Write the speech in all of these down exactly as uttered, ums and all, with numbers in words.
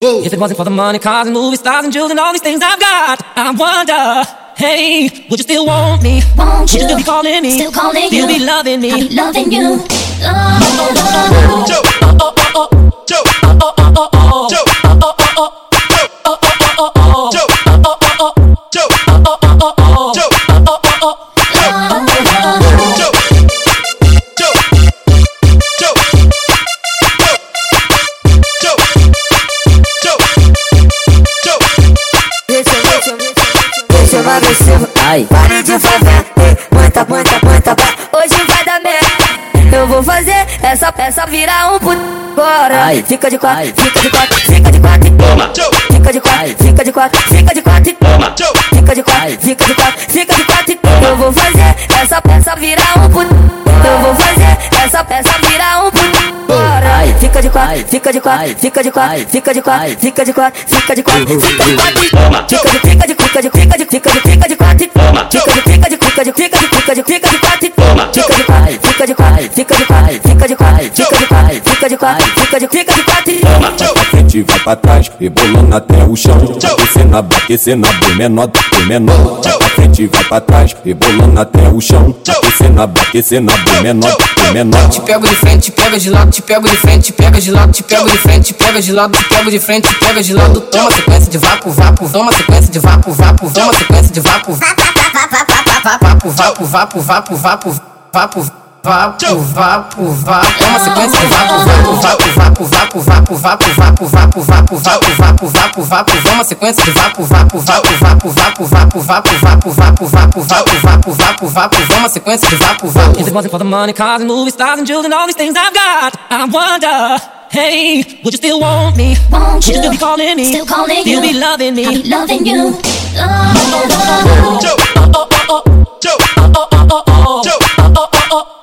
Whoa. If it wasn't for the money, cars and movie stars and jewels and all these things I've got, I wonder, hey, would you still want me? Won't would you? you still be calling me? Still calling still you. be loving me? I'll be loving you. Oh, oh, oh, oh, oh, oh, oh, Joe. Oh, oh, oh, oh, oh, Joe. Oh, oh, oh, oh, Joe. Oh, oh, oh, oh, oh, Joe. Oh, oh, oh, oh, Joe. Oh, oh, oh, oh, Joe. Oh, oh, oh, oh, Joe. Joe. Joe. Joe. Joe. Joe. Deixa eu agressivo, ai, pare de fazer, muita, muita, muita, hoje vai dar merda. Eu vou fazer essa peça virar um puto agora. Ai, fica de quatro, fica de quatro, fica de quatro, toma. Fica de quatro, fica de quatro, fica de quatro, toma. Fica de quatro, fica de quatro, fica de quatro. Eu vou fazer essa peça virar um puto. Eu vou fazer essa peça virar um puto agora. Ai, fica de quatro, fica de quatro, fica de quatro, fica de quatro, fica de quatro, fica de quatro, fica de quatro, toma. Fica de fica de fica de fica de fica de fica de quatro, toma. Fica de fica de fica de fica de fica de fica de quatro, toma. Fica de quatro, fica de quatro, fica de quatro, fica de quatro, fica de quatro, fica de quatro, fica de fica de quatro, toma. Vai pra frente, vai pra trás, rebolando até o chão. Aquecendo, aquecendo, bem menor, bem menor. Vai pra frente, vai pra trás, rebolando até o chão. Aquecendo, aquecendo, bem menor, bem menor. Te pego de frente, te pega de lado, te pego de frente, te pega de lado, te pego de frente, te pega de lado, te pego de frente, te pega de lado. Toma sequência de vácuo, vácuo, toma sequência de vácuo, vácuo, toma sequência de vácuo. Vácuo, vácuo, vácuo, vácuo, vácuo, vácuo. Vapo, vapo, vapo, é uma sequência de vapo, vapo, vapo, vapo, vapo, vapo, vapo, vapo, vapo, vapo, vapo, vapo, vapo, é uma sequência de vapo, vapo, vapo, vapo, vapo, vapo, vapo, vapo, vapo, vapo, vapo, vapo, vapo, vapo, é uma sequência de vapo, vapo. If it wasn't for the money, cars and movie stars and jewels and all these things I've got, I wonder, hey, would you still want me? won't Would you you? still be calling me? Still calling still you. be loving me? I'll be loving you. Oh, Joe. Oh, oh, oh, oh, Joe. Oh, oh, oh, oh, oh, Joe. Oh, oh, oh, oh.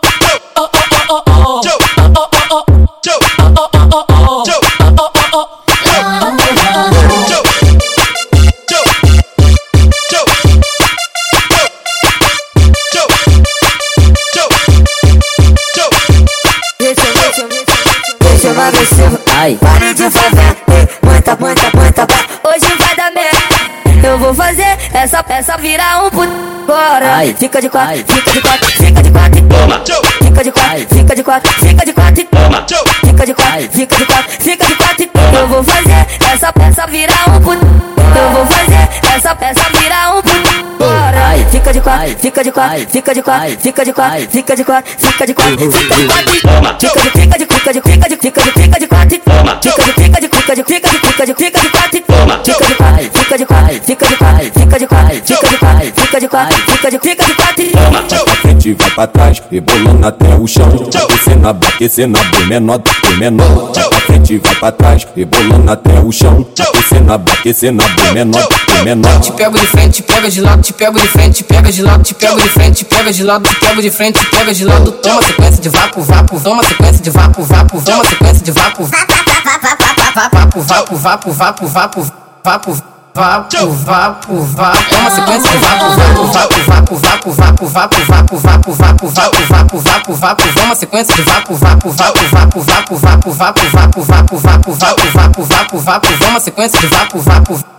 Deixa eu agressivo, ai, pare de fazer, muita, muita, muita, hoje vai dar merda. Eu vou fazer essa peça virar um puto agora. Ai, fica de quatro, fica de quatro, fica de quatro, toma. Fica de quatro, fica de quatro, fica de quatro, toma. Fica de quatro, fica de quatro, fica de quatro. Eu vou fazer essa peça virar um puto. Eu vou fazer essa peça virar um puto agora. Ai, fica de quatro, fica de quatro, fica de quatro, fica de quatro, fica de quatro, fica de quatro, fica de quatro, toma. Fica de fica de fica de fica de fica de fica de quatro, toma. Fica de fica de fica de fica de fica de fica de quatro, toma. Fica de quatro, fica de quatro, fica de quatro, fica de quatro, fica de quatro, fica de quatro, fica de fica de quatro, toma. Vai pra frente, vai pra trás, rebolando até o chão. Aquecendo, aquecendo, bem menor, bem menor. Vai pra frente, vai pra trás, rebolando até o chão. Aquecendo, aquecendo, bem menor, bem menor. Te pego de frente, te pega de lado, te pego de frente, te pega de lado, te pego de frente, te pega de lado, te pego de frente, te pega de lado. Toma sequência de vapo, vapo, toma sequência de vapo, vapo, toma sequência de vapo. Vapo, vapo, vapo, vapo, vapo, vapo, vapo, vapo, vapo. É uma sequência de vapo, vapo, vapo, vapo, vapo, vapo, vapo, vapo, vapo, vapo, vapo, vapo, vapo. É uma sequência de vapo, vapo, vapo, vapo, vapo, vapo, vapo, vapo, vapo, vapo, vapo, vapo, vapo, vapo. É uma sequência de vapo, vapo.